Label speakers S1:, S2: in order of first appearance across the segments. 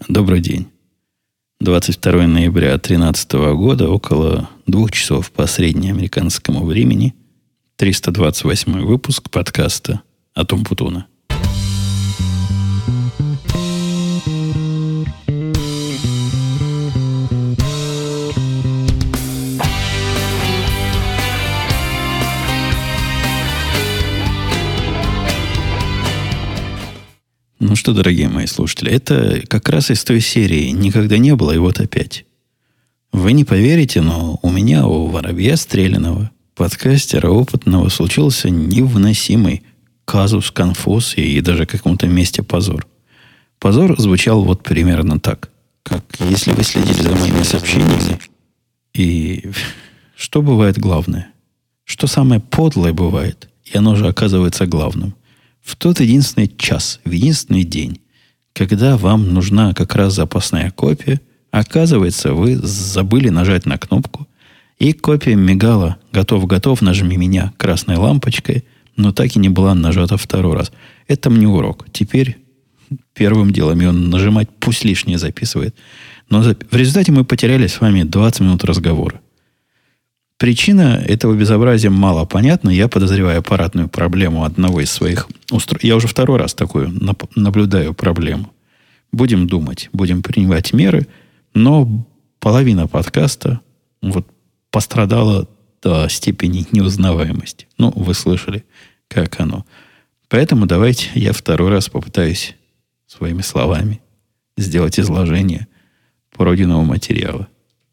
S1: Добрый день. 22 ноября 2013 года, около 2 часов по среднеамериканскому времени, 328 выпуск подкаста от Умпутуна. Ну что, дорогие мои слушатели, это как раз из той серии «Никогда не было, и вот опять». Вы не поверите, но у меня, у Воробья Стреляного, подкастера опытного, случился невыносимый казус, конфуз и даже в каком-то месте позор. Позор звучал вот примерно так. Как если вы следили за моими сообщениями, и что бывает главное? Что самое подлое бывает, и оно же оказывается главным. В тот единственный час, в единственный день, когда вам нужна как раз запасная копия, оказывается, вы забыли нажать на кнопку, и копия мигала «Готов, нажми меня» красной лампочкой, но так и не была нажата второй раз. Это мне урок. Теперь первым делом ее нажимать пусть лишнее записывает. Но в результате мы потеряли с вами 20 минут разговора. Причина этого безобразия мало понятна. Я подозреваю аппаратную проблему одного из своих устройств. Я уже второй раз такую наблюдаю проблему. Будем думать, будем принимать меры, но половина подкаста вот пострадала до степени неузнаваемости. Ну, вы слышали, как оно. Поэтому давайте я второй раз попытаюсь своими словами сделать изложение пройденного материала.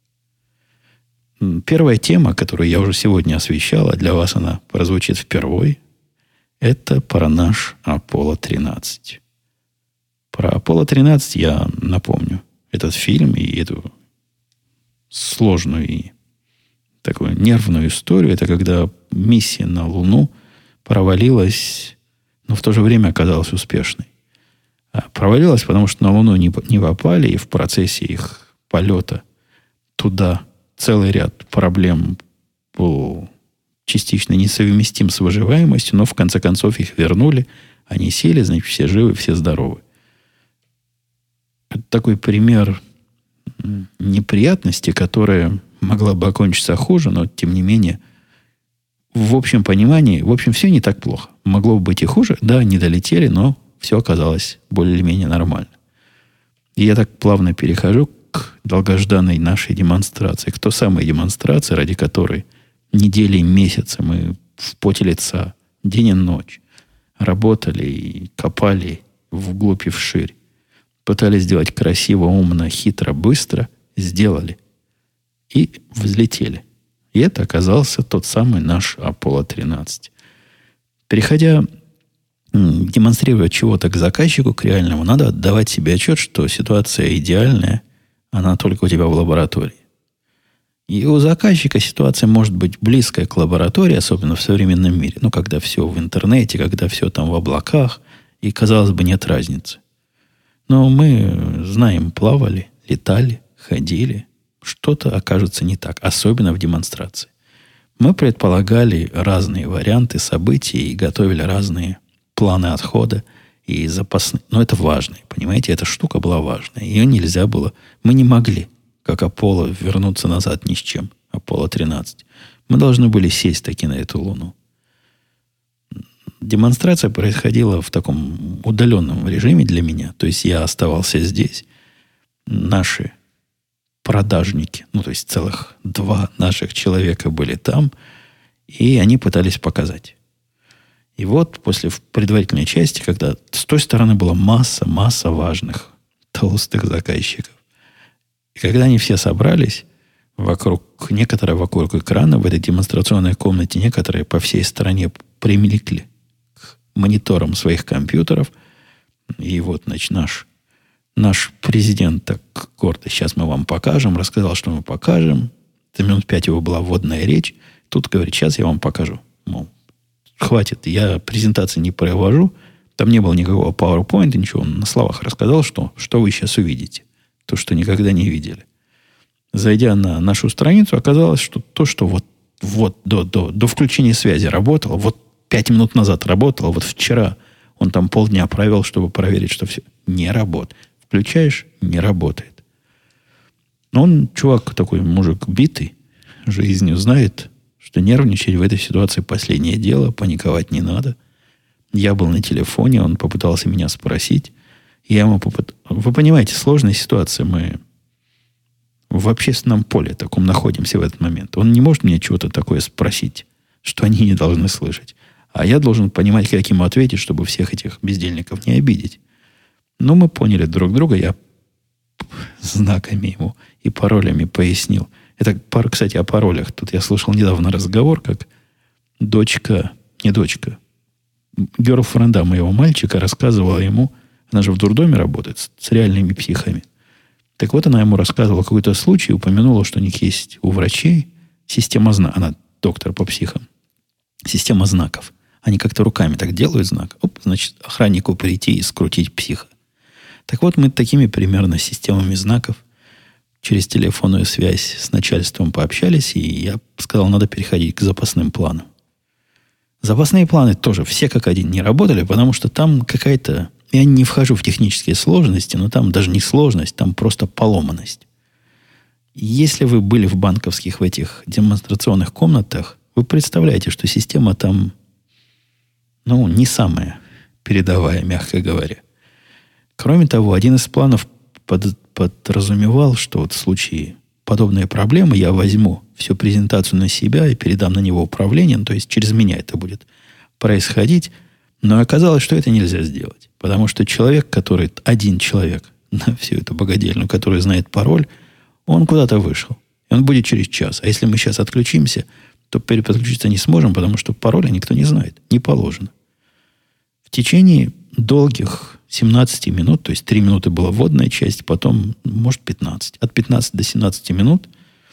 S1: Первая тема, которую я уже сегодня освещал, а для вас она прозвучит впервые, это про наш Аполло-13. Про Аполло-13 я напомню этот фильм и эту сложную и такую нервную историю. Это когда миссия на Луну провалилась, но в то же время оказалась успешной. Провалилась, потому что на Луну не попали, и в процессе их полета туда целый ряд проблем был частично несовместим с выживаемостью, но в конце концов их вернули. Они сели, значит, все живы, все здоровы. Это такой пример неприятности, которая могла бы окончиться хуже, но тем не менее, в общем понимании, в общем, все не так плохо. Могло бы быть и хуже. Да, не долетели, но все оказалось более-менее нормально. И я так плавно перехожу к долгожданной нашей демонстрации, к той самой демонстрации, ради которой недели и месяцы мы в поте лица, день и ночь работали и копали вглубь и вширь. Пытались сделать красиво, умно, хитро, быстро. Сделали. И взлетели. И это оказался тот самый наш Аполло-13. Переходя демонстрировать чего-то к заказчику, к реальному, надо отдавать себе отчет, что ситуация идеальная, она только у тебя в лаборатории. И у заказчика ситуация может быть близкая к лаборатории, особенно в современном мире. Ну, когда все в интернете, когда все там в облаках, и, казалось бы, нет разницы. Но мы знаем, плавали, летали, ходили. Что-то окажется не так, особенно в демонстрации. Мы предполагали разные варианты событий и готовили разные планы отхода и запасные. Но это важно, понимаете? Эта штука была важная. Ее нельзя было... Мы не могли, как Аполло, вернуться назад ни с чем. Аполло-13. Мы должны были сесть таки на эту Луну. Демонстрация происходила в таком удаленном режиме для меня. То есть я оставался здесь. Наши продажники, ну, то есть целых 2 наших человека были там, и они пытались показать. И вот после предварительной части, когда с той стороны была масса важных, толстых заказчиков, и когда они все собрались, некоторые вокруг экрана в этой демонстрационной комнате, некоторые по всей стране примелькли к мониторам своих компьютеров, и вот, значит, наш президент так гордо, сейчас мы вам покажем, рассказал, что мы покажем. За минут 5 его была вводная речь. Тут говорит, сейчас я вам покажу. Мол, хватит, я презентации не провожу. Там не было никакого PowerPoint, ничего. Он на словах рассказал, что вы сейчас увидите. То, что никогда не видели. Зайдя на нашу страницу, оказалось, что то, что вот до включения связи работало, вот 5 минут назад работало, вот вчера он там полдня провел, чтобы проверить, что все не работает. Включаешь, не работает. Он, чувак такой, мужик битый, жизнью знает, что нервничать в этой ситуации последнее дело, паниковать не надо. Я был на телефоне, он попытался меня спросить. Я ему Вы понимаете, сложная ситуация. Мы в общественном поле таком находимся в этот момент. Он не может мне чего-то такое спросить, что они не должны слышать. А я должен понимать, как ему ответить, чтобы всех этих бездельников не обидеть. Но мы поняли друг друга. Я знаками ему и паролями пояснил. Это, кстати, о паролях. Тут я слышал недавно разговор, как герлфренда моего мальчика рассказывала ему, она же в дурдоме работает с реальными психами. Так вот, она ему рассказывала какой-то случай, упомянула, что у них есть у врачей система знаков. Она доктор по психам. Система знаков. Они как-то руками так делают знак. Значит, охраннику прийти и скрутить психа. Так вот, мы такими примерно системами знаков через телефонную связь с начальством пообщались, и я сказал, надо переходить к запасным планам. Запасные планы тоже все как один не работали, потому что там какая-то... Я не вхожу в технические сложности, но там даже не сложность, там просто поломанность. Если вы были в банковских в этих демонстрационных комнатах, вы представляете, что система там, не самая передовая, мягко говоря. Кроме того, один из планов подразумевал, что вот в случае подобной проблемы я возьму всю презентацию на себя и передам на него управление, то есть через меня это будет происходить. Но оказалось, что это нельзя сделать. Потому что один человек на всю эту богадельню, который знает пароль, он куда-то вышел. И он будет через час. А если мы сейчас отключимся, то переподключиться не сможем, потому что пароля никто не знает. Не положено. В течение долгих 17 минут, то есть 3 минуты была вводная часть, потом, может, 15. От 15 до 17 минут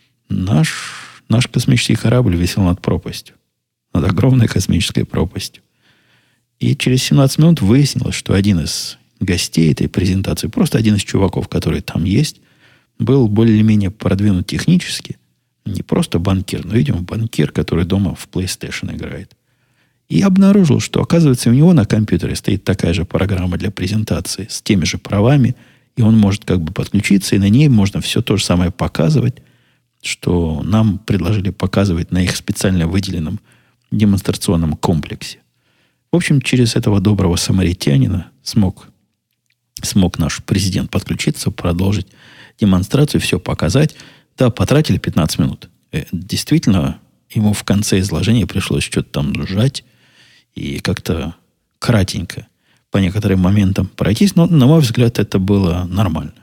S1: наш космический корабль висел над пропастью. Над огромной космической пропастью. И через 17 минут выяснилось, что один из гостей этой презентации, просто один из чуваков, который там есть, был более-менее продвинут технически. Не просто банкир, но, видимо, банкир, который дома в PlayStation играет. И обнаружил, что, оказывается, у него на компьютере стоит такая же программа для презентации с теми же правами, и он может как бы подключиться, и на ней можно все то же самое показывать, что нам предложили показывать на их специально выделенном демонстрационном комплексе. В общем, через этого доброго самаритянина смог наш президент подключиться, продолжить демонстрацию, все показать. Да, потратили 15 минут. Действительно, ему в конце изложения пришлось что-то там сжать и как-то кратенько по некоторым моментам пройтись, но, на мой взгляд, это было нормально.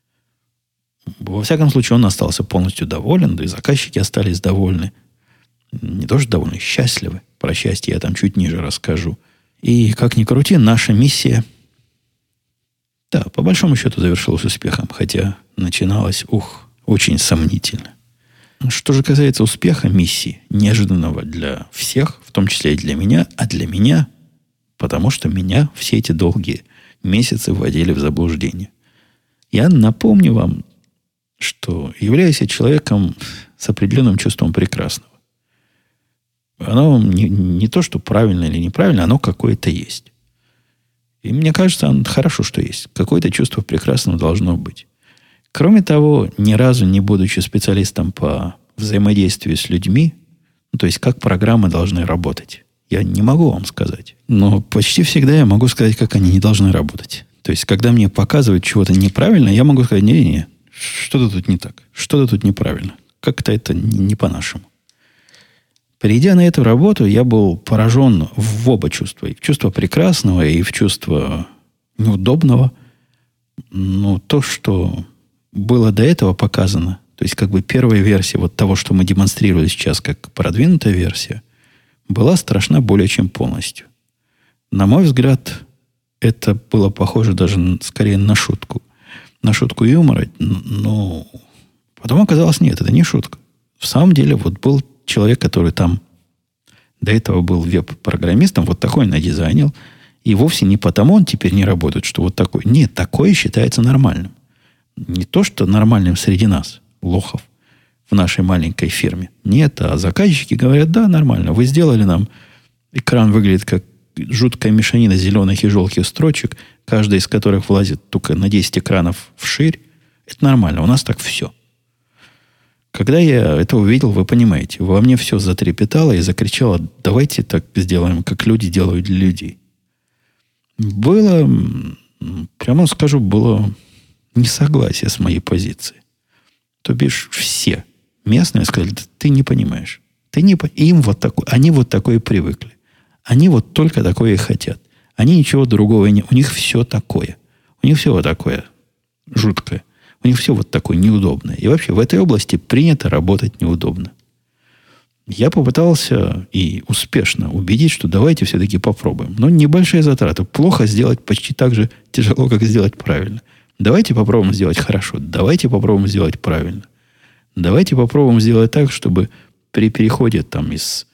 S1: Во всяком случае, он остался полностью доволен, да и заказчики остались довольны. Не то, что довольны, счастливы. Про счастье я там чуть ниже расскажу. И, как ни крути, наша миссия, да, по большому счету завершилась успехом, хотя начиналась, очень сомнительно. Что же касается успеха миссии, неожиданного для всех, в том числе и для меня, а для меня, потому что меня все эти долгие месяцы вводили в заблуждение. Я напомню вам, что являюсь я человеком с определенным чувством прекрасного. Оно не то, что правильно или неправильно, оно какое-то есть. И мне кажется, хорошо, что есть. Какое-то чувство прекрасного должно быть. Кроме того, ни разу не будучи специалистом по взаимодействию с людьми, то есть как программы должны работать, я не могу вам сказать. Но почти всегда я могу сказать, как они не должны работать. То есть, когда мне показывают чего-то неправильно, я могу сказать, не, что-то тут не так, что-то тут неправильно. Как-то это не по-нашему. Придя на эту работу, я был поражен в оба чувства. И в чувство прекрасного, и в чувство неудобного. Но то, что было до этого показано, то есть как бы первая версия вот того, что мы демонстрировали сейчас как продвинутая версия, была страшна более чем полностью. На мой взгляд, это было похоже даже скорее на шутку. На шутку юмора, но потом оказалось, нет, это не шутка. В самом деле, вот был человек, который там до этого был веб-программистом, вот такой надизайнил, и вовсе не потому он теперь не работает, что вот такой. Нет, такое считается нормальным. Не то, что нормальным среди нас, лохов, в нашей маленькой фирме. Нет, а заказчики говорят, да, нормально, вы сделали нам, экран выглядит как жуткая мешанина зеленых и желтых строчек, каждая из которых влазит только на 10 экранов вширь. Это нормально. У нас так все. Когда я это увидел, вы понимаете, во мне все затрепетало и закричало: давайте так сделаем, как люди делают для людей. Было, прямо скажу, было несогласие с моей позицией. То бишь все местные сказали: да ты не понимаешь. Им вот такое, они вот такое привыкли. Они вот только такое и хотят. Они ничего другого не... У них все такое. У них все вот такое жуткое. У них все вот такое неудобное. И вообще в этой области принято работать неудобно. Я попытался и успешно убедить, что давайте все-таки попробуем. Но небольшие затраты. Плохо сделать почти так же тяжело, как сделать правильно. Давайте попробуем сделать хорошо. Давайте попробуем сделать правильно. Давайте попробуем сделать так, чтобы при переходе там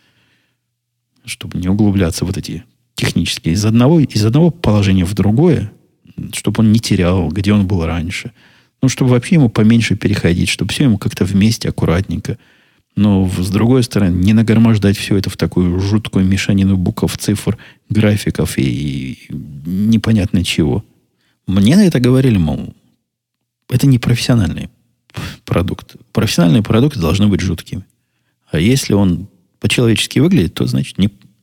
S1: чтобы не углубляться в вот эти технические, из одного положения в другое, чтобы он не терял, где он был раньше. Ну, чтобы вообще ему поменьше переходить, чтобы все ему как-то вместе, аккуратненько. Но, с другой стороны, не нагромождать все это в такую жуткую мешанину букв, цифр, графиков и непонятно чего. Мне на это говорили, мол, это не профессиональный продукт. Профессиональные продукты должны быть жуткими. А если он по-человечески выглядит, то, значит,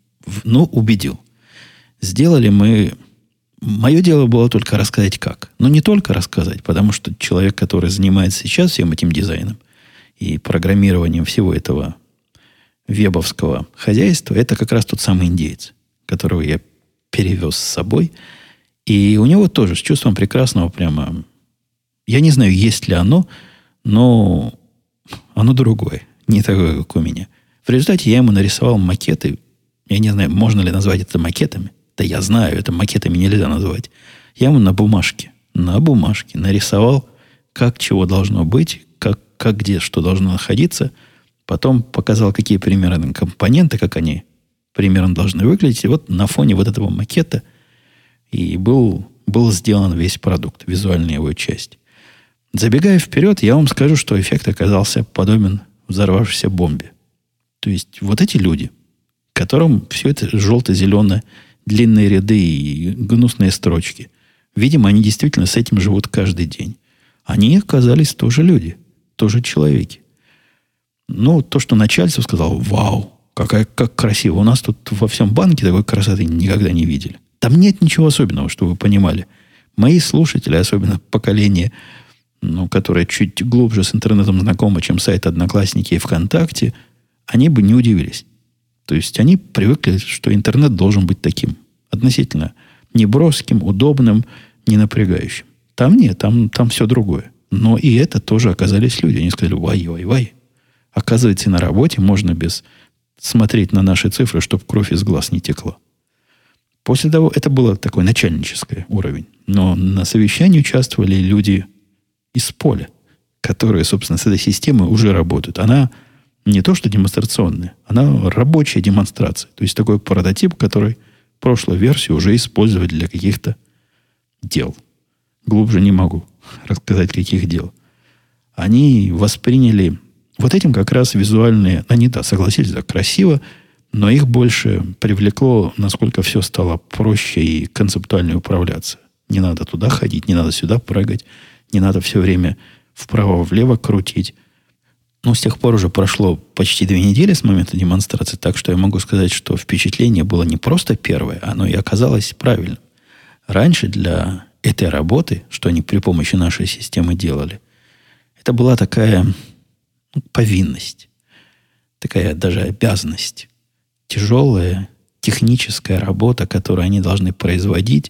S1: убедил. Сделали мы... Мое дело было только рассказать как. Но не только рассказать, потому что человек, который занимается сейчас всем этим дизайном и программированием всего этого вебовского хозяйства, это как раз тот самый индеец, которого я перевез с собой. И у него тоже с чувством прекрасного прямо... Я не знаю, есть ли оно, но оно другое. Не такое, как у меня. В результате я ему нарисовал макеты. Я не знаю, можно ли назвать это макетами. Да я знаю, это макетами нельзя назвать. Я ему на бумажке нарисовал, как чего должно быть, как где что должно находиться. Потом показал, какие примерно компоненты, как они примерно должны выглядеть. И вот на фоне вот этого макета и был сделан весь продукт, визуальная его часть. Забегая вперед, я вам скажу, что эффект оказался подобен взорвавшейся бомбе. То есть вот эти люди, которым все это желто-зеленое, длинные ряды и гнусные строчки, видимо, они действительно с этим живут каждый день. Они оказались тоже люди, тоже человеки. Ну, то, что начальство сказал: вау, как красиво. У нас тут во всем банке такой красоты никогда не видели. Там нет ничего особенного, чтобы вы понимали. Мои слушатели, особенно поколение, которое чуть глубже с интернетом знакомо, чем сайт Одноклассники и ВКонтакте, они бы не удивились. То есть они привыкли, что интернет должен быть таким. Относительно неброским, удобным, не напрягающим. Там нет, там все другое. Но и это тоже оказались люди. Они сказали: вай. Оказывается, и на работе можно без смотреть на наши цифры, чтобы кровь из глаз не текла. После того, это было такой начальнический уровень. Но на совещании участвовали люди из поля, которые, собственно, с этой системой уже работают. Она не то что демонстрационная, она рабочая демонстрация. То есть такой прототип, который прошлую версию уже использовать для каких-то дел. Глубже не могу рассказать, каких дел. Они восприняли вот этим как раз визуальные... Они, да, согласились, да, красиво, но их больше привлекло, насколько все стало проще и концептуально управляться. Не надо туда ходить, не надо сюда прыгать, не надо все время вправо-влево крутить. Но с тех пор уже прошло почти 2 недели с момента демонстрации, так что я могу сказать, что впечатление было не просто первое, оно и оказалось правильным. Раньше для этой работы, что они при помощи нашей системы делали, это была такая повинность, такая даже обязанность. Тяжелая техническая работа, которую они должны производить.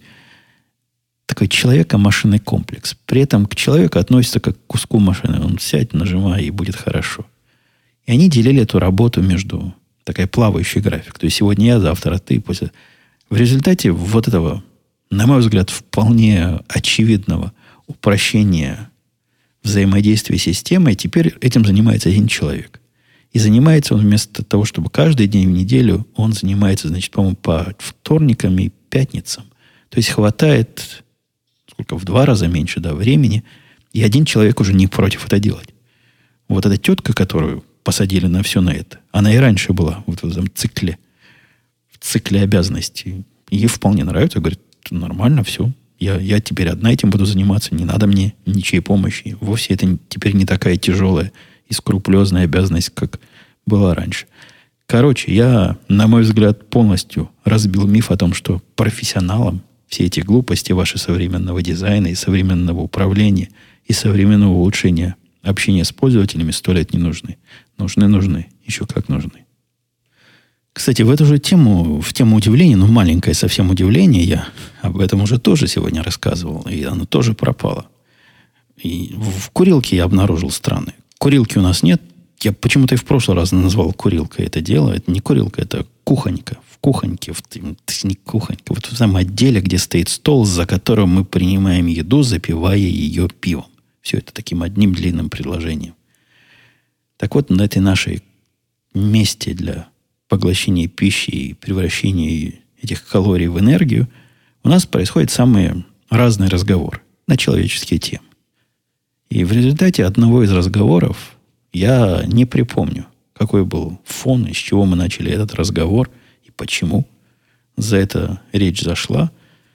S1: Такой человеко-машинный комплекс. При этом к человеку относится как к куску машины. Он сядь, нажимай, и будет хорошо. И они делили эту работу между... Такой плавающий график. То есть сегодня я, завтра ты. После... В результате вот этого, на мой взгляд, вполне очевидного упрощения взаимодействия с системой, теперь этим занимается один человек. И занимается он вместо того, чтобы каждый день в неделю, он занимается, значит, по-моему, по вторникам и пятницам. То есть хватает... в 2 раза меньше времени, и один человек уже не против это делать. Вот эта тетка, которую посадили на все на это, она и раньше была вот в этом цикле обязанностей. ей вполне нравится. Говорит, нормально, все. Я теперь одна этим буду заниматься. Не надо мне ничьей помощи. Вовсе это теперь не такая тяжелая и скрупулезная обязанность, как была раньше. Короче, я, на мой взгляд, полностью разбил миф о том, что профессионалам все эти глупости ваши современного дизайна и современного управления и современного улучшения общения с пользователями 100 лет не нужны. Нужны. Еще как нужны. Кстати, в эту же тему, в тему удивления, маленькое совсем удивление, я об этом уже тоже сегодня рассказывал, и оно тоже пропало. И в курилке я обнаружил странное. Курилки у нас нет. Я почему-то и в прошлый раз назвал курилкой это дело. Это не курилка, это кухонька. В кухоньке, не кухонька, вот в самом отделе, где стоит стол, за которым мы принимаем еду, запивая ее пивом. Все это таким одним длинным предложением. Так вот, на этой нашей месте для поглощения пищи и превращения этих калорий в энергию у нас происходят самые разные разговоры на человеческие темы. И в результате одного из разговоров я не припомню, какой был фон, из чего мы начали этот разговор и почему за это речь зашла.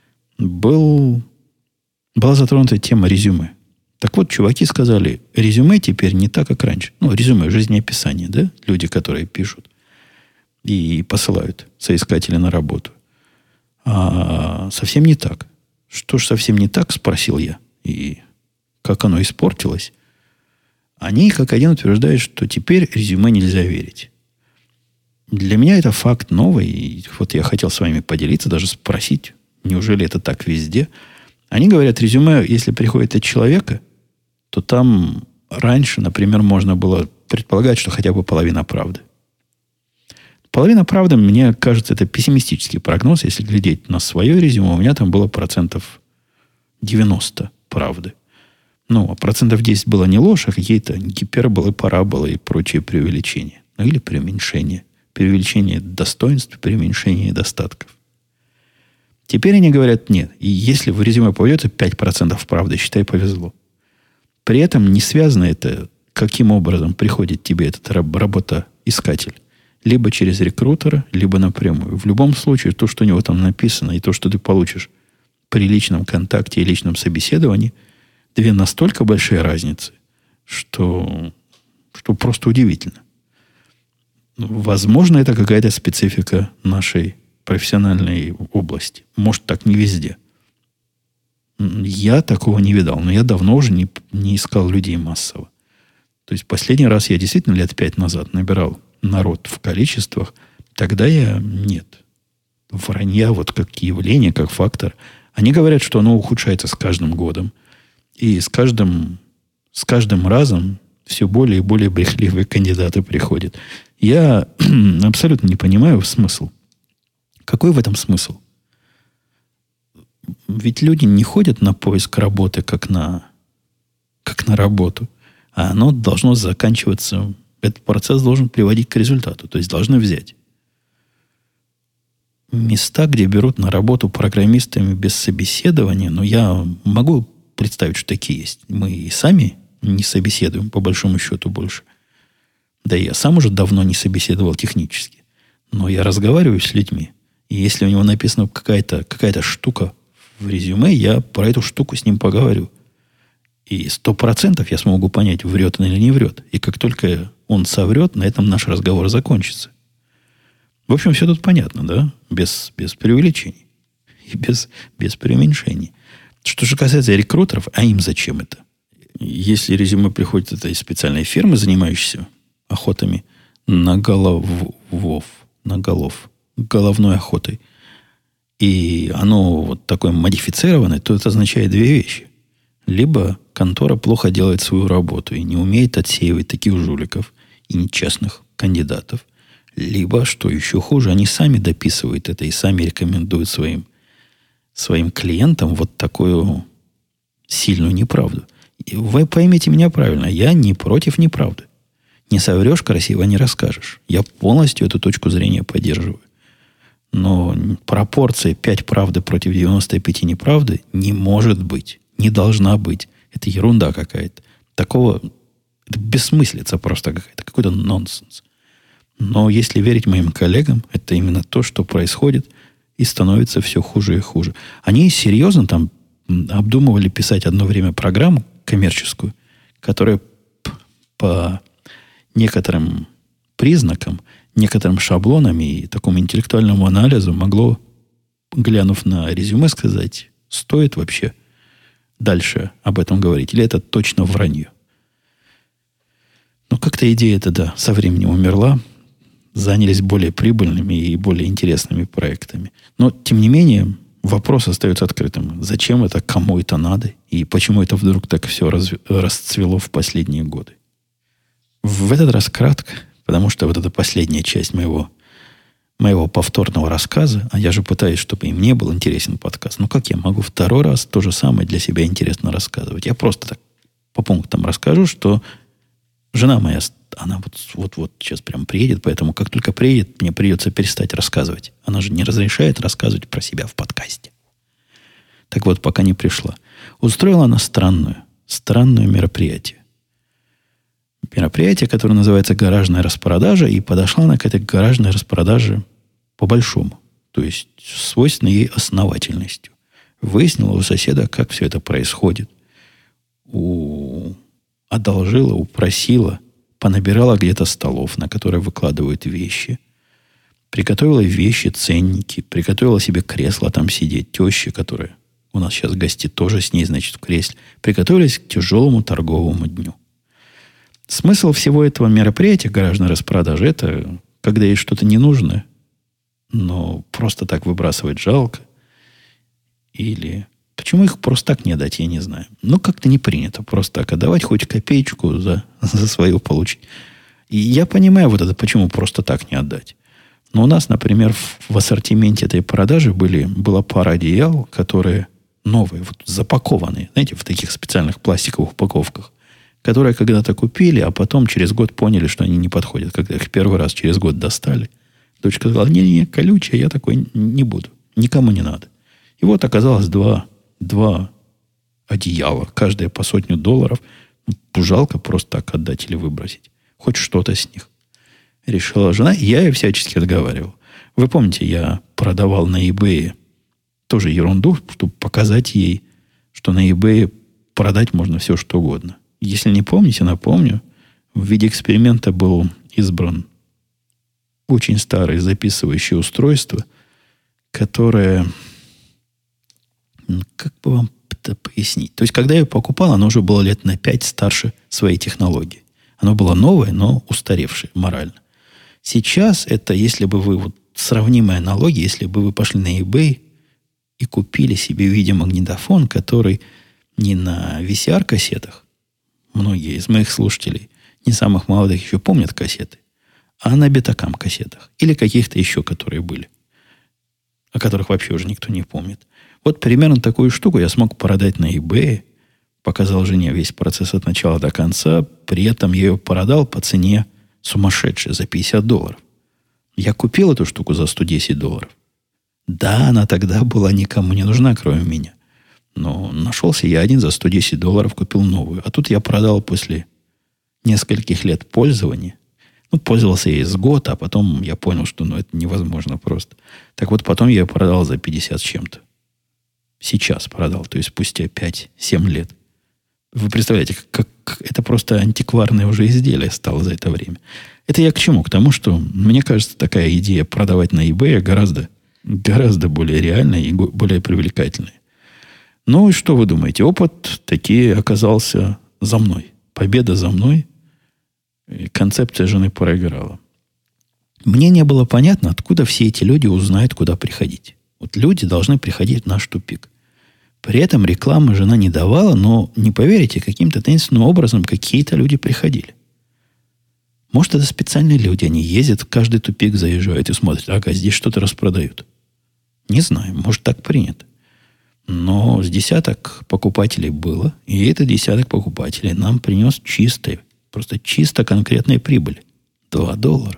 S1: Была затронута тема резюме. Так вот, чуваки сказали, резюме теперь не так, как раньше. Резюме, жизнеописание, да? Люди, которые пишут и посылают соискателя на работу. А совсем не так. Что ж совсем не так, спросил я. И как оно испортилось? Они, как один, утверждают, что теперь резюме нельзя верить. Для меня это факт новый. И вот я хотел с вами поделиться, даже спросить, неужели это так везде? Они говорят, резюме, если приходит от человека, то там раньше, например, можно было предполагать, что хотя бы половина правды. Половина правды, мне кажется, это пессимистический прогноз. Если глядеть на свое резюме, у меня там было 90% правды. А 10% было не ложь, а какие-то гиперболы, параболы и прочие преувеличения. Или преуменьшение. Преувеличение достоинств, преуменьшение недостатков. Теперь они говорят, нет. И если в резюме поведется 5% правды, считай, повезло. При этом не связано это, каким образом приходит тебе этот работоискатель. Либо через рекрутера, либо напрямую. В любом случае, то, что у него там написано, и то, что ты получишь при личном контакте и личном собеседовании, две настолько большие разницы, что просто удивительно. Возможно, это какая-то специфика нашей профессиональной области. Может, так не везде. Я такого не видал, но я давно уже не искал людей массово. То есть, последний раз я действительно лет 5 назад набирал народ в количествах, тогда нет. Вранья, вот как явление, как фактор. Они говорят, что оно ухудшается с каждым годом. И с каждым разом все более и более брехливые кандидаты приходят. Я абсолютно не понимаю смысл. Какой в этом смысл? Ведь люди не ходят на поиск работы, как на работу. А оно должно заканчиваться. Этот процесс должен приводить к результату. То есть должны взять. Места, где берут на работу программистами без собеседования, я могу представить, что такие есть. Мы и сами не собеседуем, по большому счету, больше. Да и я сам уже давно не собеседовал технически. Но я разговариваю с людьми. И если у него написана какая-то штука в резюме, я про эту штуку с ним поговорю. И 100% я смогу понять, врет он или не врет. И как только он соврет, на этом наш разговор закончится. В общем, все тут понятно, да? Без преувеличений. И без преуменьшений. Что же касается рекрутеров, а им зачем это? Если резюме приходит от этой специальной фирмы, занимающейся охотами на головной охотой, и оно вот такое модифицированное, то это означает две вещи. Либо контора плохо делает свою работу и не умеет отсеивать таких жуликов и нечестных кандидатов, либо, что еще хуже, они сами дописывают это и сами рекомендуют своим клиентам вот такую сильную неправду. И вы поймите меня правильно, я не против неправды. Не соврешь красиво, не расскажешь. Я полностью эту точку зрения поддерживаю. Но пропорция 5 правды против 95 неправды не может быть. Не должна быть. Это ерунда какая-то. Это бессмыслица просто какая-то. Какой-то нонсенс. Но если верить моим коллегам, это именно то, что происходит. и становится все хуже и хуже. Они серьезно там обдумывали писать одно время программу коммерческую, которая по некоторым признакам, некоторым шаблонам и такому интеллектуальному анализу могло, глянув на резюме, сказать, стоит вообще дальше об этом говорить, или это точно вранье. Но как-то идея эта, да, со временем умерла, занялись более прибыльными и более интересными проектами. Но, тем не менее, вопрос остается открытым. Зачем это, кому это надо, и почему это вдруг так все расцвело в последние годы? В этот раз кратко, потому что вот эта последняя часть моего повторного рассказа, а я же пытаюсь, чтобы им не был интересен подкаст. Ну, как я могу второй раз то же самое для себя интересно рассказывать? Я просто так по пунктам расскажу, что жена моя, она вот сейчас прям приедет, поэтому как только приедет, мне придется перестать рассказывать. Она же не разрешает рассказывать про себя в подкасте. Так вот, пока не пришла. Устроила она странное мероприятие. Мероприятие, которое называется «Гаражная распродажа», и подошла она к этой гаражной распродаже по-большому. То есть, свойственной ей основательностью. Выяснила у соседа, как все это происходит. Одолжила, упросила, понабирала где-то столов, на которые выкладывают вещи. Приготовила вещи, ценники, приготовила себе кресло там сидеть. Теща, которая у нас сейчас гостит, тоже с ней, значит, в кресле. Приготовились к тяжелому торговому дню. Смысл всего этого мероприятия гаражной распродажи – это когда есть что-то ненужное, но просто так выбрасывать жалко. Или почему их просто так не отдать, я не знаю. Ну, как-то не принято просто так отдавать, хоть копеечку за свое получить. И я понимаю вот это, почему просто так не отдать. Но у нас, например, в ассортименте этой продажи была пара одеял, которые новые, вот запакованные, знаете, в таких специальных пластиковых упаковках, которые когда-то купили, а потом через год поняли, что они не подходят. Когда их первый раз через год достали, дочка сказала, не, колючая, я такой не буду. Никому не надо. И вот оказалось два одеяла, каждое по $100. Жалко просто так отдать или выбросить. Хоть что-то с них. Решила жена, и я ее всячески отговаривал. Вы помните, я продавал на eBay тоже ерунду, чтобы показать ей, что на eBay продать можно все, что угодно. Если не помните, напомню, в виде эксперимента был избран очень старое записывающее устройство, которое... Как бы вам это пояснить? То есть, когда я его покупал, оно уже было лет на 5 старше своей технологии. Оно было новое, но устаревшее морально. Сейчас это, если бы вы... Вот сравнимая аналогия, если бы вы пошли на eBay и купили себе видеомагнитофон, который не на VCR-кассетах, многие из моих слушателей, не самых молодых, еще помнят кассеты, а на бетакам-кассетах. Или каких-то еще, которые были. О которых вообще уже никто не помнит. Вот примерно такую штуку я смог продать на eBay. Показал жене весь процесс от начала до конца. При этом я ее продал по цене сумасшедшей, за $50. Я купил эту штуку за $110. Да, она тогда была никому не нужна, кроме меня. Но нашелся я один за $110, купил новую. А тут я продал после нескольких лет пользования. Ну, пользовался я с год, а потом я понял, что это невозможно просто. Так вот, потом я ее продал за 50 с чем-то. Сейчас продал, то есть спустя 5-7 лет. Вы представляете, как это просто антикварное уже изделие стало за это время. Это я к чему? К тому, что, мне кажется, такая идея продавать на eBay гораздо более реальная и более привлекательная. Ну и что вы думаете? Опыт таки оказался за мной. Победа за мной. И концепция жены проиграла. Мне не было понятно, откуда все эти люди узнают, куда приходить. Вот люди должны приходить в наш тупик. При этом рекламы жена не давала, но, не поверите, каким-то таинственным образом какие-то люди приходили. Может, это специальные люди. Они ездят, в каждый тупик заезжают и смотрят, ага, здесь что-то распродают. Не знаю, может, так принято. Но с десяток покупателей было, и этот десяток покупателей нам принес просто чисто конкретная прибыль. $2.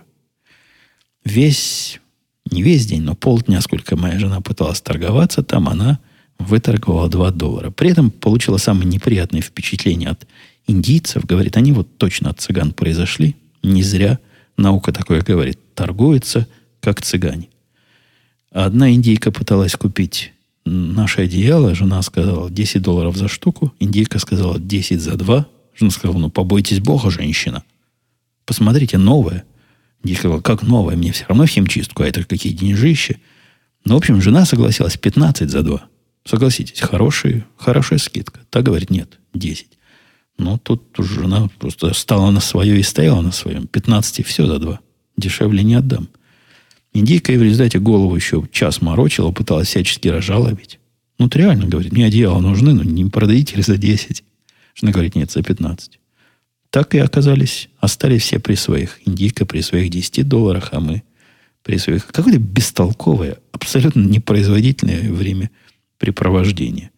S1: Не весь день, но полдня, сколько моя жена пыталась торговаться, там она выторговала $2. При этом получила самое неприятное впечатление от индийцев. Говорит, они вот точно от цыган произошли. Не зря наука такое говорит. Торгуются, как цыгане. Одна индейка пыталась купить наше одеяло. Жена сказала $10 за штуку. Индейка сказала 10 за 2. Жена сказала, ну, побойтесь Бога, женщина. Посмотрите, новое. Индейка сказала, как новое? Мне все равно в химчистку, а это какие деньжища. Ну, в общем, жена согласилась 15 за 2. Согласитесь, хорошая скидка. Та говорит, нет, 10. Но тут жена просто стала на свое и стояла на своем. 15 и все за 2. Дешевле не отдам. Индейка и в результате голову еще час морочила, пыталась всячески разжалобить. Ну, вот реально, говорит, мне одеяла нужны, но не продадите ли за 10? Жена говорит, нет, за 15. Так и остались все при своих. Индейка при своих $10, а мы при своих. Какое-то бестолковое, абсолютно непроизводительное времяпрепровождение.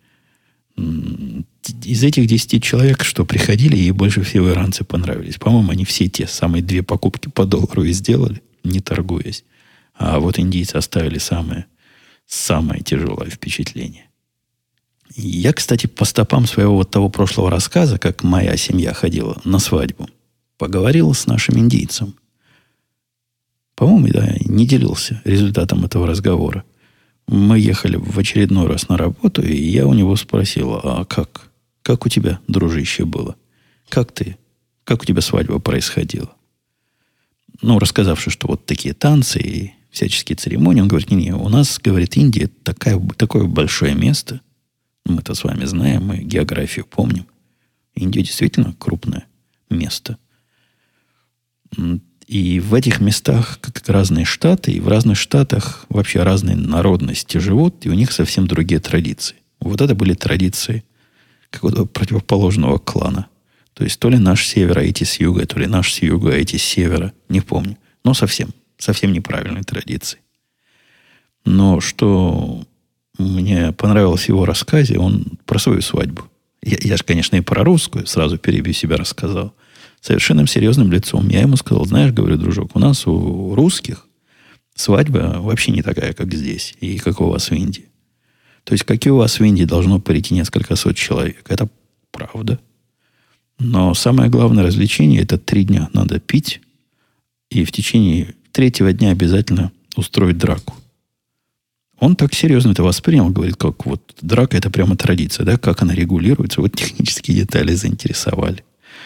S1: Из этих 10 человек, что приходили, ей больше всего иранцы понравились. По-моему, они все те самые 2 покупки по $1 и сделали, не торгуясь. А вот индийцы оставили самое тяжелое впечатление. Я, кстати, по стопам своего вот того прошлого рассказа, как моя семья ходила на свадьбу, поговорил с нашим индийцем. По-моему, да, не делился результатом этого разговора. Мы ехали в очередной раз на работу, и я у него спросил, а как у тебя, дружище, было? Как у тебя свадьба происходила? Ну, рассказавши, что вот такие танцы и всяческие церемонии, он говорит, не, у нас, говорит, Индия такое большое место. Мы-то с вами знаем, мы географию помним. Индия действительно крупное место. И в этих местах как разные штаты, и в разных штатах вообще разные народности живут, и у них совсем другие традиции. Вот это были традиции какого-то противоположного клана. То есть то ли наш с севера, а эти с юга, то ли наш с юга, а эти с севера. Не помню. Но совсем неправильные традиции. Но что мне понравилось в его рассказе, он про свою свадьбу. Я же, конечно, и про русскую, сразу перебью себя, рассказал. Совершенно серьезным лицом. Я ему сказал, знаешь, говорю, дружок, у нас у русских свадьба вообще не такая, как здесь, и как у вас в Индии. То есть, как и у вас в Индии должно прийти несколько сот человек. Это правда. Но самое главное развлечение – это 3 дня надо пить, и в течение 3-го дня обязательно устроить драку. Он так серьезно это воспринял, говорит, как вот драка – это прямо традиция, да, как она регулируется. Вот технические детали заинтересовали.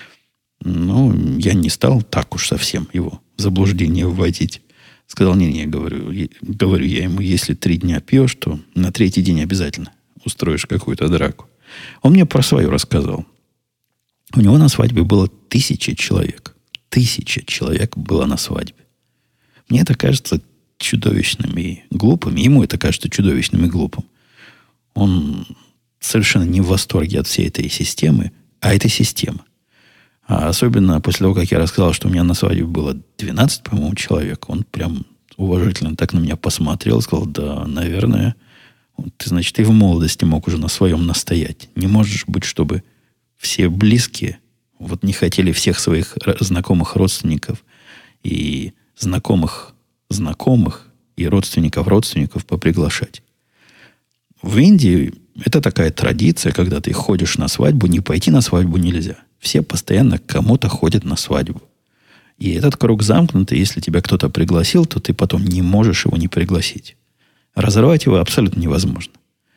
S1: Ну, я не стал так уж совсем его в заблуждение вводить. Сказал, не, говорю я ему, если 3 дня пьешь, то на 3-й день обязательно устроишь какую-то драку. Он мне про свою рассказал. У него на свадьбе было 1000 человек. 1000 человек было на свадьбе. Мне это кажется чудовищным и глупым. Ему это кажется чудовищным и глупым. Он совершенно не в восторге от всей этой системы. А это система. А особенно после того, как я рассказал, что у меня на свадьбе было 12, по-моему, человек, он прям уважительно так на меня посмотрел, сказал, да, наверное, ты, значит, и в молодости мог уже на своем настоять. Не можешь быть, чтобы все близкие вот не хотели всех своих знакомых родственников и знакомых и родственников поприглашать. В Индии это такая традиция, когда ты ходишь на свадьбу, не пойти на свадьбу нельзя. Все постоянно к кому-то ходят на свадьбу. И этот круг замкнутый, если тебя кто-то пригласил, то ты потом не можешь его не пригласить. Разорвать его абсолютно невозможно.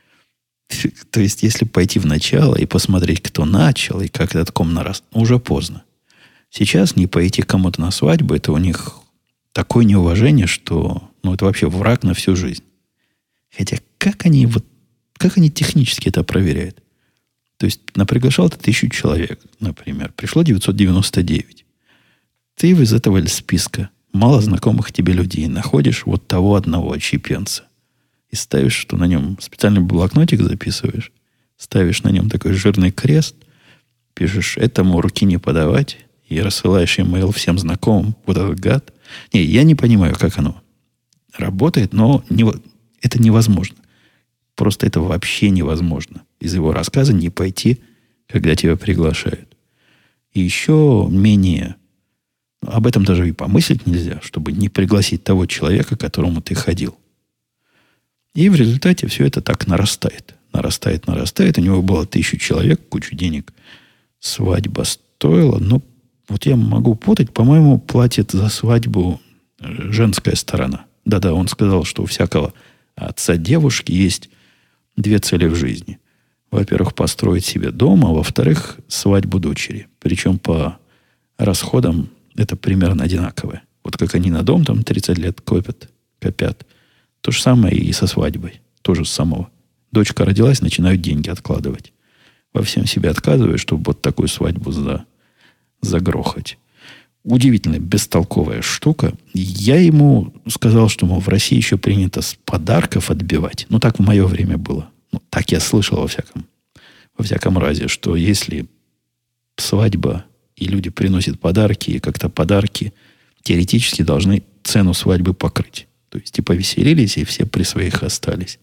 S1: То есть, если пойти в начало и посмотреть, кто начал и как этот ком нарастет, уже поздно. Сейчас не пойти к кому-то на свадьбу, это у них такое неуважение, что это вообще враг на всю жизнь. Хотя как они технически это проверяют? То есть, приглашал ты 1000 человек, например. Пришло 999. Ты из этого списка мало знакомых тебе людей находишь вот того одного отщепенца. И ставишь, что на нем специальный блокнотик записываешь. Ставишь на нем такой жирный крест. Пишешь, этому руки не подавать. И рассылаешь имейл всем знакомым. Вот этот гад. Не, я не понимаю, как оно работает, но это невозможно. Просто это вообще невозможно. Из его рассказа не пойти, когда тебя приглашают. И еще менее... Об этом даже и помыслить нельзя, чтобы не пригласить того человека, к которому ты ходил. И в результате все это так нарастает. Нарастает. У него было 1000 человек, кучу денег. Свадьба стоила. Но вот я могу путать. По-моему, платит за свадьбу женская сторона. Да-да, он сказал, что у всякого отца девушки есть две цели в жизни. Во-первых, построить себе дом, а во-вторых, свадьбу дочери. Причем по расходам это примерно одинаковое. Вот как они на дом там 30 лет копят. То же самое и со свадьбой. То же самого. Дочка родилась, начинают деньги откладывать. Во всем себе отказывают, чтобы вот такую свадьбу загрохать. Удивительно бестолковая штука. Я ему сказал, что, мол, в России еще принято с подарков отбивать. Ну, так в мое время было. Ну, так я слышал во всяком разе, что если свадьба, и люди приносят подарки, и как-то подарки теоретически должны цену свадьбы покрыть. То есть, и повеселились, и все при своих остались.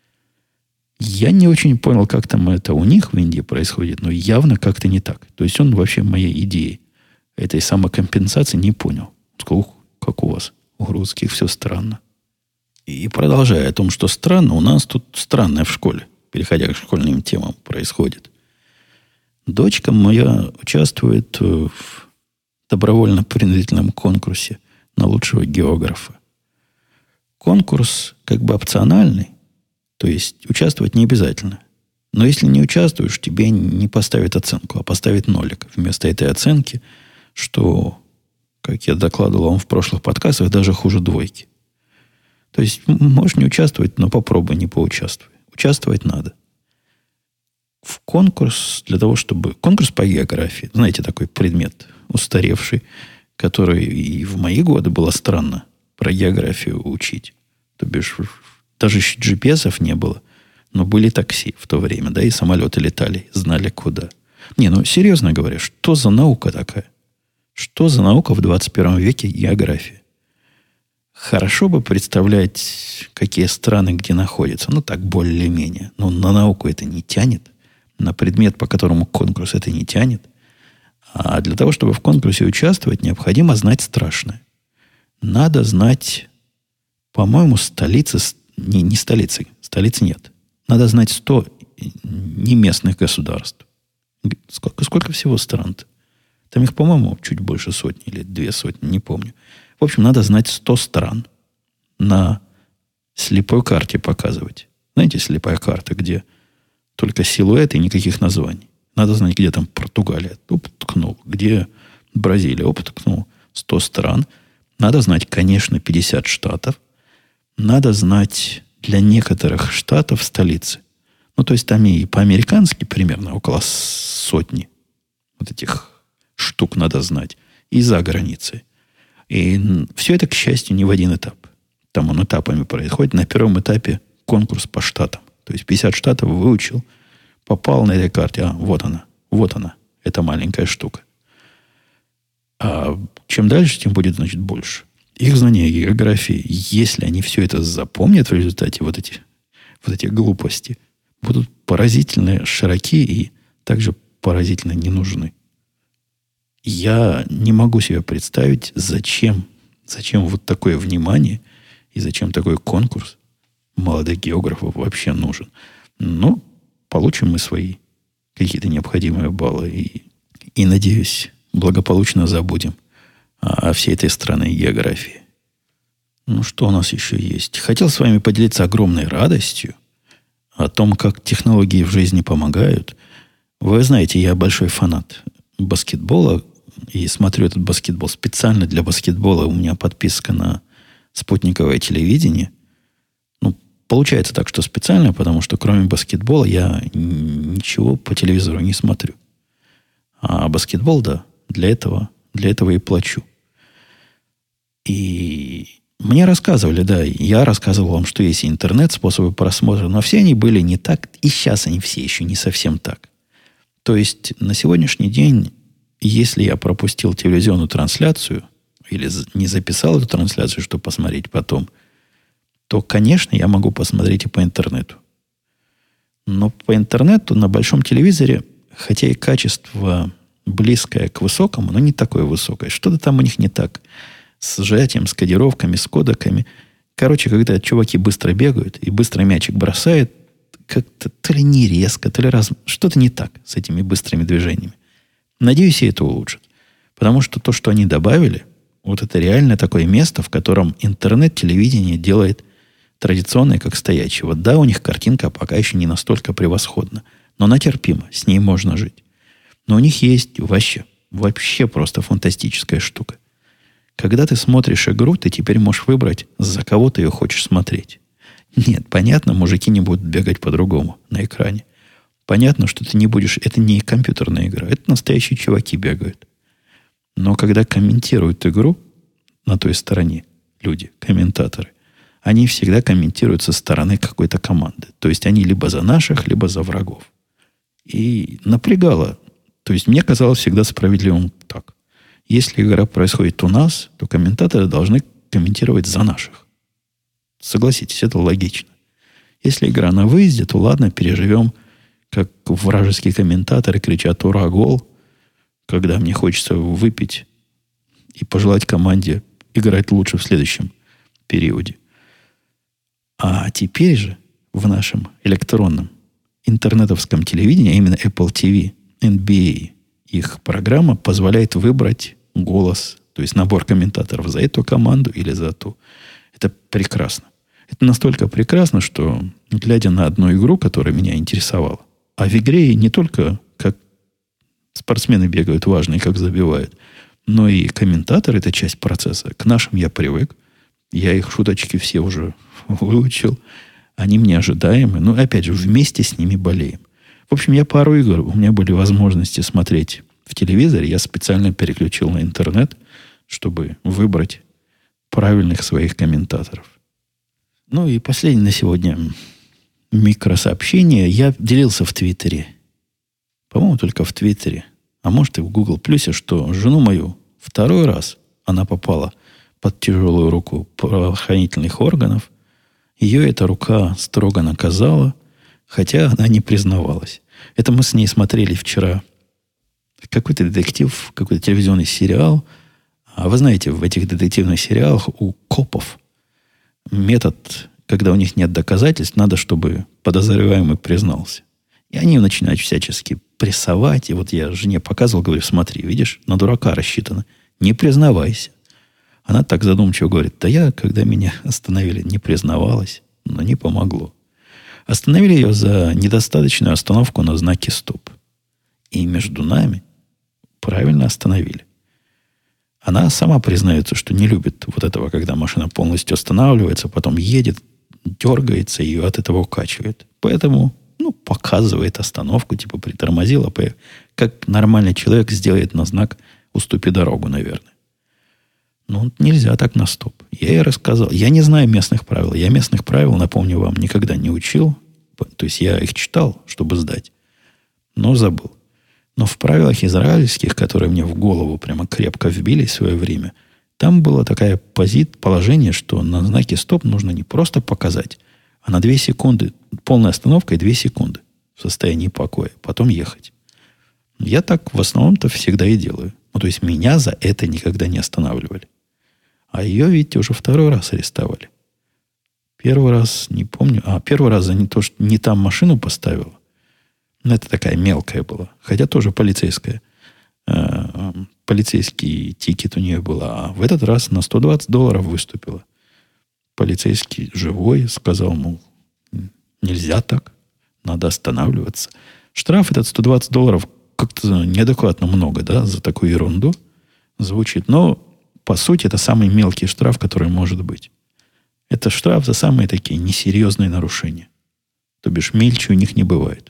S1: Я не очень понял, как там это у них в Индии происходит, но явно как-то не так. То есть, он вообще моей идеи этой самокомпенсации не понял. Сказал, как у вас, у русских все странно. И продолжая о том, что странно, у нас тут странное в школе, переходя к школьным темам, происходит. Дочка моя участвует в добровольно-принудительном конкурсе на лучшего географа. Конкурс как бы опциональный, то есть участвовать не обязательно. Но если не участвуешь, тебе не поставят оценку, а поставят нолик. Вместо этой оценки, что, как я докладывал вам в прошлых подкастах, даже хуже двойки. То есть можешь не участвовать, но попробуй не поучаствуй. Участвовать надо. В конкурс для того, чтобы... Конкурс по географии. Знаете, такой предмет устаревший, который и в мои годы было странно про географию учить. То бишь, даже еще GPS-ов не было. Но были такси в то время, да, и самолеты летали, знали куда. Не, ну, серьезно говоря, что за наука такая? Что за наука в 21 веке география? Хорошо бы представлять, какие страны где находятся. Ну, так, более-менее. Но на науку это не тянет. На предмет, по которому конкурс, это не тянет. А для того, чтобы в конкурсе участвовать, необходимо знать страшное. Надо знать, по-моему, столицы... Не столицы. Столицы нет. Надо знать 100 неместных государств. Сколько всего стран-то? Там их, по-моему, чуть больше сотни или 2 сотни, не помню. В общем, надо знать 100 стран. На слепой карте показывать. Знаете, слепая карта, где только силуэт и никаких названий. Надо знать, где там Португалия. Оп, ткнул. Где Бразилия. Оп, ткнул. 100 стран. Надо знать, конечно, 50 штатов. Надо знать для некоторых штатов столицы. Ну, то есть, там и по-американски примерно около сотни вот этих штук надо знать. И за границей. И все это, к счастью, не в один этап. Там он этапами происходит. На первом этапе конкурс по штатам. То есть 50 штатов выучил, попал на этой карте. А, вот она. Это маленькая штука. А чем дальше, тем будет, значит, больше. Их знания географии, если они все это запомнят в результате вот эти глупости, будут поразительно широки и также поразительно не нужны. Я не могу себе представить, зачем вот такое внимание и зачем такой конкурс молодых географов вообще нужен. Но получим мы свои какие-то необходимые баллы и надеюсь, благополучно забудем о всей этой странной географии. Ну, что у нас еще есть? Хотел с вами поделиться огромной радостью о том, как технологии в жизни помогают. Вы знаете, я большой фанат баскетбола и смотрю этот баскетбол специально для баскетбола. У меня подписка на спутниковое телевидение. Ну, получается так, что специально, потому что кроме баскетбола я ничего по телевизору не смотрю. А баскетбол, да, для этого и плачу. И мне рассказывали, да, я рассказывал вам, что есть интернет, способы просмотра, но все они были не так, и сейчас они все еще не совсем так. То есть на сегодняшний день, если я пропустил телевизионную трансляцию или не записал эту трансляцию, чтобы посмотреть потом, то, конечно, я могу посмотреть и по интернету. Но по интернету на большом телевизоре, хотя и качество близкое к высокому, но не такое высокое. Что-то там у них не так. С сжатием, с кодировками, с кодеками. Короче, когда чуваки быстро бегают и быстро мячик бросают, как-то то ли не резко, то ли что-то не так с этими быстрыми движениями. Надеюсь, и это улучшит. Потому что то, что они добавили, вот это реально такое место, в котором интернет-телевидение делает традиционной, как стоячей. Вот да, у них картинка пока еще не настолько превосходна, но она терпима, с ней можно жить. Но у них есть вообще просто фантастическая штука. Когда ты смотришь игру, ты теперь можешь выбрать, за кого ты ее хочешь смотреть. Нет, понятно, мужики не будут бегать по-другому на экране. Понятно, что ты не будешь... Это не компьютерная игра, это настоящие чуваки бегают. Но когда комментируют игру на той стороне люди, комментаторы, они всегда комментируют со стороны какой-то команды. То есть они либо за наших, либо за врагов. И напрягало. То есть мне казалось всегда справедливым так. Если игра происходит у нас, то комментаторы должны комментировать за наших. Согласитесь, это логично. Если игра на выезде, то ладно, переживем, как вражеские комментаторы кричат «Ура, гол!», когда мне хочется выпить и пожелать команде играть лучше в следующем периоде. А теперь же в нашем электронном интернетовском телевидении, а именно Apple TV, NBA, их программа позволяет выбрать голос, то есть набор комментаторов за эту команду или за ту. Это прекрасно. Это настолько прекрасно, что, глядя на одну игру, которая меня интересовала, а в игре не только как спортсмены бегают важные, как забивают, но и комментаторы – это часть процесса. К нашим я привык. Я их шуточки все уже выучил. Они мне ожидаемы. Но, опять же, вместе с ними болеем. В общем, я пару игр, у меня были возможности смотреть в телевизоре. Я специально переключил на интернет, чтобы выбрать правильных своих комментаторов. Ну и последнее на сегодня микросообщение. Я делился в Твиттере. По-моему, только в Твиттере. А может и в Google Плюсе, что жену мою второй раз она попала под тяжелую руку правоохранительных органов. Ее эта рука строго наказала, хотя она не признавалась. Это мы с ней смотрели вчера какой-то детектив, какой-то телевизионный сериал. А вы знаете, в этих детективных сериалах у копов метод, когда у них нет доказательств, надо, чтобы подозреваемый признался. И они начинают всячески прессовать. И вот я жене показывал, говорю, смотри, видишь, на дурака рассчитано. Не признавайся. Она так задумчиво говорит, да я, когда меня остановили, не признавалась, но не помогло. Остановили ее за недостаточную остановку на знаке «Стоп». И между нами правильно остановили. Она сама признается, что не любит вот этого, когда машина полностью останавливается, потом едет, дергается и ее от этого укачивает. Поэтому, показывает остановку, типа притормозила, как нормальный человек сделает на знак «Уступи дорогу», наверное. Нельзя так на стоп. Я ей рассказал. Я не знаю местных правил. Я местных правил, напомню вам, никогда не учил. То есть я их читал, чтобы сдать, но забыл. Но в правилах израильских, которые мне в голову прямо крепко вбили в свое время, там было такое положение, что на знаке «Стоп» нужно не просто показать, а на 2 секунды, полная остановка и 2 секунды в состоянии покоя, потом ехать. Я так в основном-то всегда и делаю. То есть меня за это никогда не останавливали. А ее, видите, уже второй раз арестовали. Первый раз, не помню, первый раз за то, что не там машину поставила. Это такая мелкая была. Хотя тоже полицейская. Полицейский тикет у нее был. А в этот раз на $120 выступила. Полицейский живой сказал, мол, нельзя так. Надо останавливаться. Штраф этот $120 как-то неадекватно много, да, за такую ерунду звучит. Но, по сути, это самый мелкий штраф, который может быть. Это штраф за самые такие несерьезные нарушения. То бишь, мельче у них не бывает.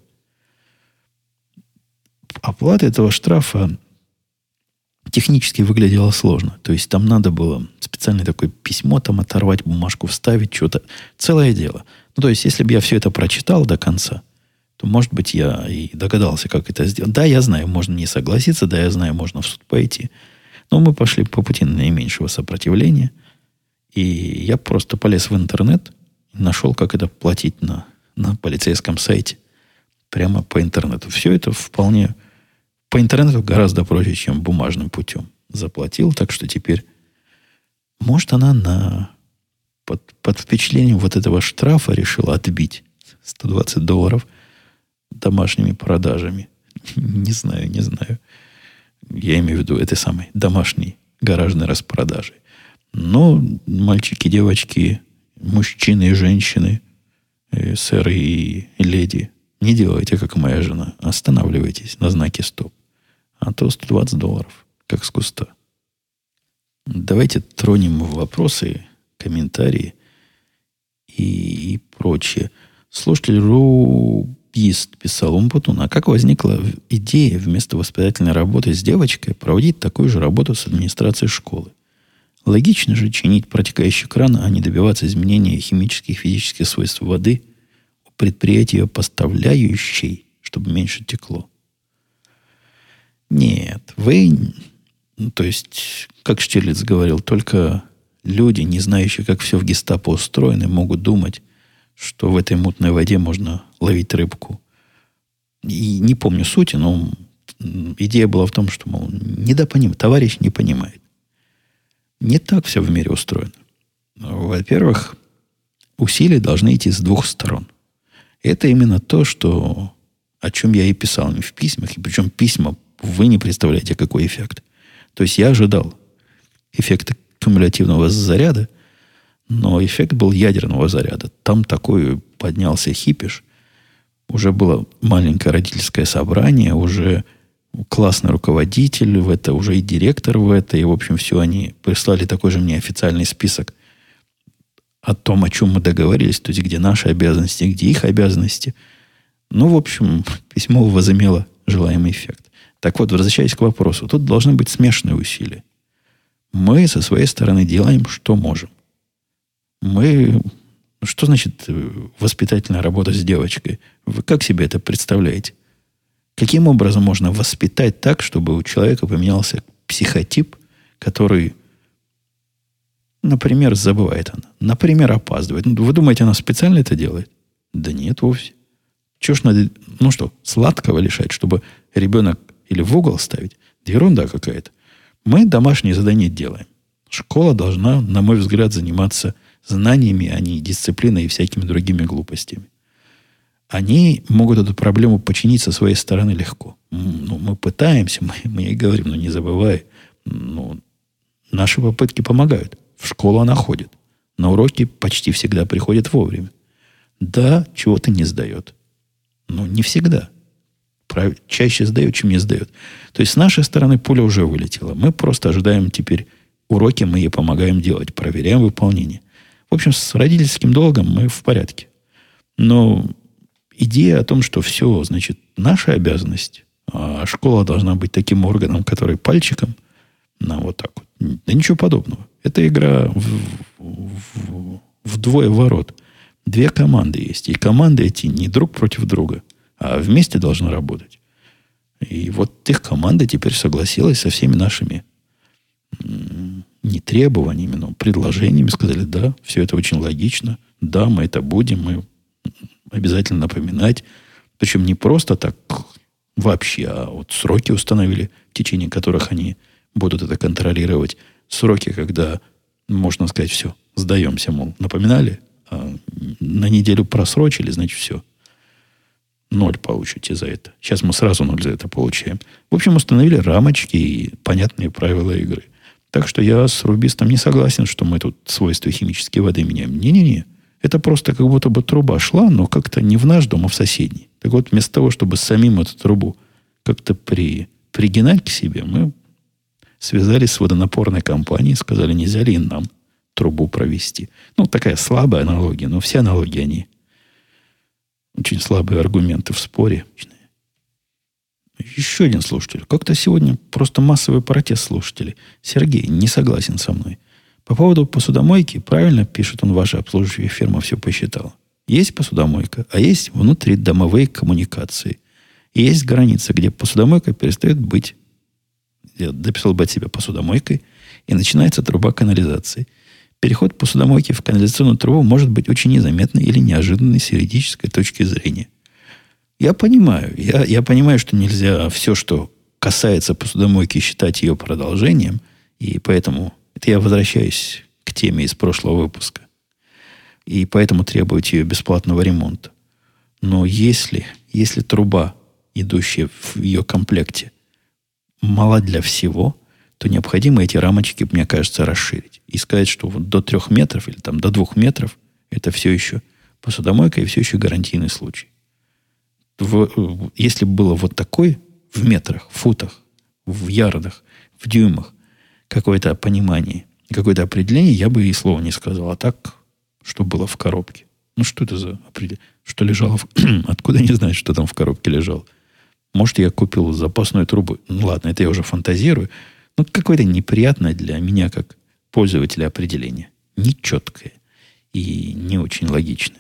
S1: Оплата этого штрафа технически выглядела сложно. То есть, там надо было специальное такое письмо, там оторвать, бумажку вставить, что-то. Целое дело. То есть, если бы я все это прочитал до конца, то, может быть, я и догадался, как это сделать. Да, я знаю, можно не согласиться, да, я знаю, можно в суд пойти. Но мы пошли по пути наименьшего сопротивления. И я просто полез в интернет и нашел, как это платить на полицейском сайте. Прямо по интернету. Все это вполне по интернету гораздо проще, чем бумажным путем. Заплатил, так что теперь, может, она под впечатлением вот этого штрафа решила отбить $120 домашними продажами. Не знаю. Я имею в виду этой самой домашней гаражной распродажей. Но мальчики, девочки, мужчины и женщины, сэры и леди, не делайте, как моя жена. Останавливайтесь на знаке «Стоп». А то $120, как с куста. Давайте тронем вопросы, комментарии и прочее. Слушатель Рубист писал: Умпутун, а как возникла идея вместо воспитательной работы с девочкой проводить такую же работу с администрацией школы? Логично же чинить протекающий кран, а не добиваться изменения химических и физических свойств воды у предприятия, поставляющей, чтобы меньше текло. Нет, то есть, как Штирлиц говорил, только люди, не знающие, как все в гестапо устроено, могут думать, что в этой мутной воде можно ловить рыбку. И не помню сути, но идея была в том, что, мол, товарищ не понимает. Не так все в мире устроено. Во-первых, усилия должны идти с двух сторон. Это именно то, о чем я и писал им в письмах. И причем письма, вы не представляете, какой эффект. То есть я ожидал эффекта кумулятивного заряда, но эффект был ядерного заряда. Там такой поднялся хипиш. Уже было маленькое родительское собрание, уже классный руководитель в это, уже и директор в это. И, в общем, все они прислали такой же мне официальный список о том, о чем мы договорились, то есть где наши обязанности, где их обязанности. Ну, в общем, письмо возымело желаемый эффект. Так вот, возвращаясь к вопросу, тут должны быть смешанные усилия. Мы со своей стороны делаем, что можем. Что значит воспитательная работа с девочкой? Вы как себе это представляете? Каким образом можно воспитать так, чтобы у человека поменялся психотип, который, например, забывает она, например, опаздывает? Вы думаете, она специально это делает? Да нет, вовсе. Чего ж надо, сладкого лишать, чтобы ребенок или в угол ставить? Да ерунда какая-то. Мы домашние задания делаем. Школа должна, на мой взгляд, заниматься знаниями, а не дисциплиной и всякими другими глупостями. Они могут эту проблему починить со своей стороны легко. Мы пытаемся, мы ей говорим, не забывай. Наши попытки помогают. В школу она ходит. На уроки почти всегда приходит вовремя. Да, чего-то не сдает. Но не всегда. Чаще сдает, чем не сдает. То есть с нашей стороны пуля уже вылетела. Мы просто ожидаем теперь уроки, мы ей помогаем делать, проверяем выполнение. В общем, с родительским долгом мы в порядке. Но идея о том, что все, значит, наша обязанность, а школа должна быть таким органом, который пальчиком, вот так вот. Да ничего подобного. Это игра вдвое ворот. Две команды есть. И команды эти не друг против друга, а вместе должны работать. И вот их команда теперь согласилась со всеми нашими не требованиями, но предложениями. Сказали, да, все это очень логично. Да, мы это будем, мы обязательно напоминать. Причем не просто так вообще, а вот сроки установили, в течение которых они будут это контролировать. Сроки, когда, можно сказать, все, сдаемся, мол, напоминали, а на неделю просрочили, значит, все. 0 получите за это. Сейчас мы сразу 0 за это получаем. В общем, установили рамочки и понятные правила игры. Так что я с Рубистом не согласен, что мы тут свойства химической воды меняем. Не-не-не. Это просто как будто бы труба шла, но как-то не в наш дом, а в соседний. Так вот, вместо того, чтобы самим эту трубу как-то пригинать к себе, мы связались с водонапорной компанией и сказали, нельзя ли и нам трубу провести. Такая слабая аналогия, но все аналогии, они очень слабые аргументы в споре. Еще один слушатель. Как-то сегодня просто массовый протест слушателей. Сергей не согласен со мной. По поводу посудомойки, правильно пишет он, ваша обслуживающая фирма все посчитала. Есть посудомойка, а есть внутридомовые коммуникации. И есть граница, где посудомойка перестает быть, я дописал бы от себя посудомойкой, и начинается труба канализации. Переход посудомойки в канализационную трубу может быть очень незаметный или неожиданный с юридической точки зрения. Я понимаю. Я понимаю, что нельзя все, что касается посудомойки, считать ее продолжением. И поэтому это я возвращаюсь к теме из прошлого выпуска. И поэтому требует ее бесплатного ремонта. Но если труба, идущая в ее комплекте, мала для всего, то необходимо эти рамочки, мне кажется, расширить. И сказать, что вот до 3 метров или там до 2 метров Это все еще посудомойка и все еще гарантийный случай. Если бы было вот такой в метрах, в футах, в ярдах, в дюймах какое-то понимание, какое-то определение, я бы и слова не сказал. А так, что было в коробке? Ну, что это за определение? Что лежало Откуда не знать, что там в коробке лежало? Может, я купил запасную трубу. Ну, ладно, это я уже фантазирую. Но какое-то неприятное для меня, как пользователя, определение. Нечеткое и не очень логичное.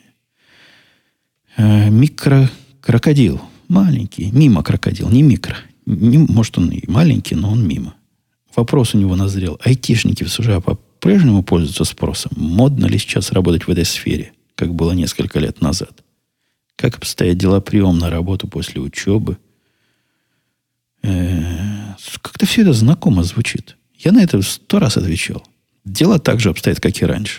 S1: Микрокрокодил. Маленький. Мимо крокодил, не микро. Может, он и маленький, но он мимо. Вопрос у него назрел. Айтишники в США по-прежнему пользуются спросом? Модно ли сейчас работать в этой сфере, как было несколько лет назад? Как обстоят дела прием на работу после учебы? Как-то все это знакомо звучит. Я на это 100 раз отвечал. Дела так же обстоят, как и раньше.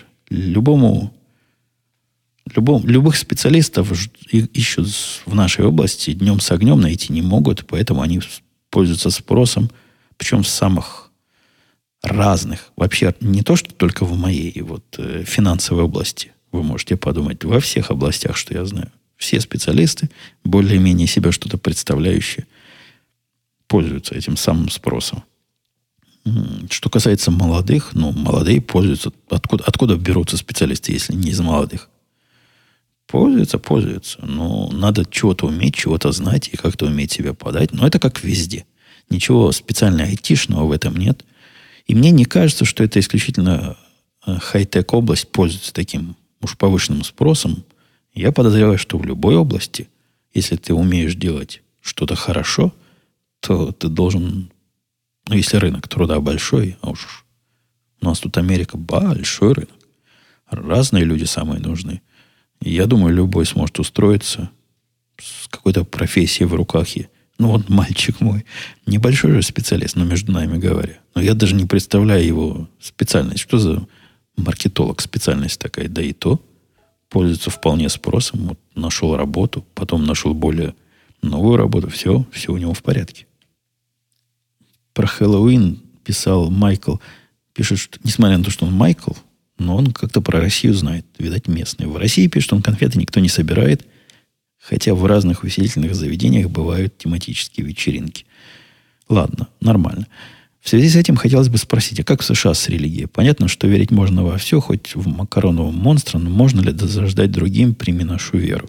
S1: Любых специалистов ищут в нашей области, днем с огнем найти не могут, поэтому они пользуются спросом, причем с самых разных. Вообще не то, что только в моей финансовой области. Вы можете подумать, во всех областях, что я знаю. Все специалисты, более-менее себя что-то представляющие, пользуются этим самым спросом. Что касается молодых, молодые пользуются. Откуда берутся специалисты, если не из молодых? Пользуются. Но надо чего-то уметь, чего-то знать и как-то уметь себя подать. Но это как везде. Ничего специально айтишного в этом нет. И мне не кажется, что это исключительно хай-тек область пользуется таким уж повышенным спросом. Я подозреваю, что в любой области, если ты умеешь делать что-то хорошо, то ты должен, если рынок труда большой, а уж у нас тут Америка большой рынок, разные люди самые нужны. И я думаю, любой сможет устроиться с какой-то профессией в руках. Мальчик мой, небольшой же специалист, но между нами говоря. Но я даже не представляю его специальность. Что за маркетолог специальность такая? Да и то пользуется вполне спросом. Нашел работу, потом нашел более новую работу. Все у него в порядке. Про Хэллоуин писал Майкл. Пишет, что, несмотря на то, что он Майкл, но он как-то про Россию знает. Видать, местный. В России пишет, что конфеты никто не собирает, хотя в разных увеселительных заведениях бывают тематические вечеринки. Ладно, нормально. В связи с этим хотелось бы спросить, а как в США с религией? Понятно, что верить можно во все, хоть в макаронового монстра, но можно ли досаждать другим, прими нашу веру?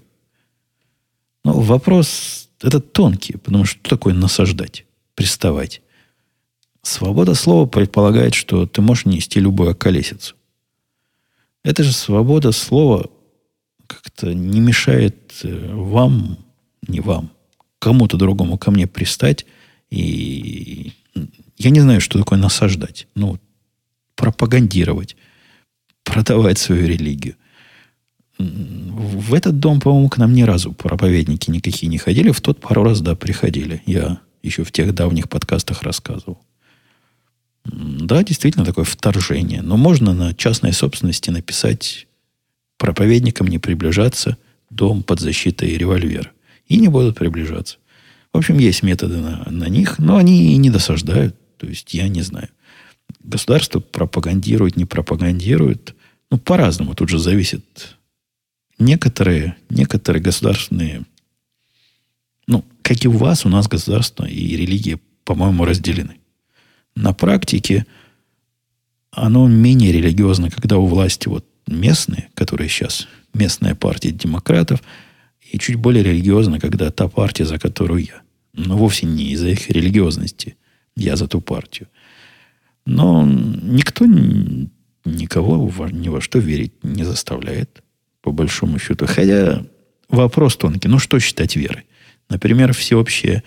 S1: Вопрос этот тонкий, потому что такое насаждать, приставать? Свобода слова предполагает, что ты можешь нести любую околесицу. Это же свобода слова как-то не мешает вам, не вам, кому-то другому ко мне пристать. И я не знаю, что такое насаждать. Пропагандировать, продавать свою религию. В этот дом, по-моему, к нам ни разу проповедники никакие не ходили. В тот пару раз, да, приходили. Я еще в тех давних подкастах рассказывал. Да, действительно, такое вторжение. Но можно на частной собственности написать проповедникам не приближаться, дом под защитой револьвера. И не будут приближаться. В общем, есть методы на них, но они и не досаждают. То есть, я не знаю. Государство пропагандирует, не пропагандирует. По-разному. Тут же зависит. Некоторые государственные, как и у вас, у нас государство и религия, по-моему, разделены. На практике оно менее религиозно, когда у власти местные, которые сейчас местная партия демократов, и чуть более религиозно, когда та партия, за которую я. Но вовсе не из-за их религиозности я за ту партию. Но никто никого ни во что верить не заставляет, по большому счету. Хотя вопрос тонкий. Что считать верой? Например, всеобщая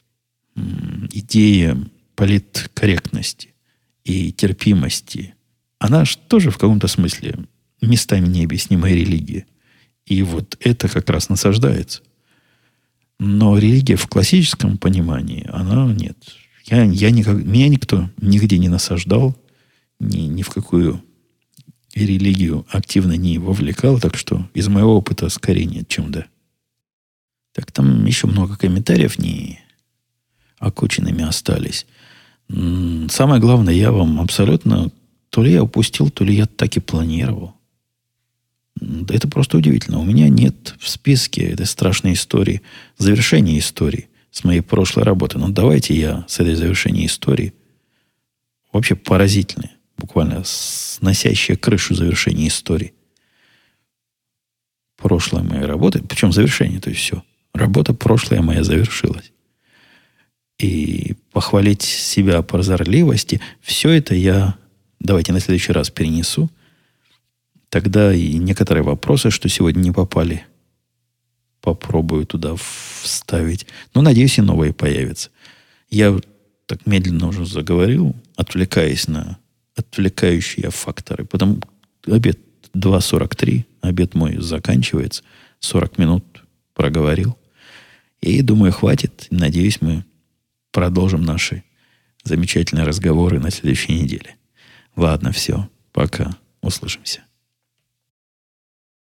S1: идея политкорректности и терпимости, она же тоже в каком-то смысле местами необъяснимая религия. И это как раз насаждается. Но религия в классическом понимании, она нет. Меня никто нигде не насаждал, ни в какую религию активно не вовлекал, так что из моего опыта скорее нет, чем да. Так, там еще много комментариев не окученными остались. Самое главное, я вам абсолютно... То ли я упустил, то ли я так и планировал. Да это просто удивительно. У меня нет в списке этой страшной истории, завершения истории с моей прошлой работы. Но давайте я с этой завершения истории, вообще поразительное, буквально сносящее крышу завершения истории прошлой моей работы, причем завершение, то есть все. Работа прошлая моя завершилась. И похвалить себя о прозорливости, все это я, давайте на следующий раз перенесу. Тогда и некоторые вопросы, что сегодня не попали, попробую туда вставить. Но, надеюсь, и новые появятся. Я так медленно уже заговорил, отвлекаясь на отвлекающие факторы. Потом обед 2:43, обед мой заканчивается. 40 минут проговорил. И думаю, хватит. Надеюсь, мы продолжим наши замечательные разговоры на следующей неделе. Ладно, все. Пока. Услышимся.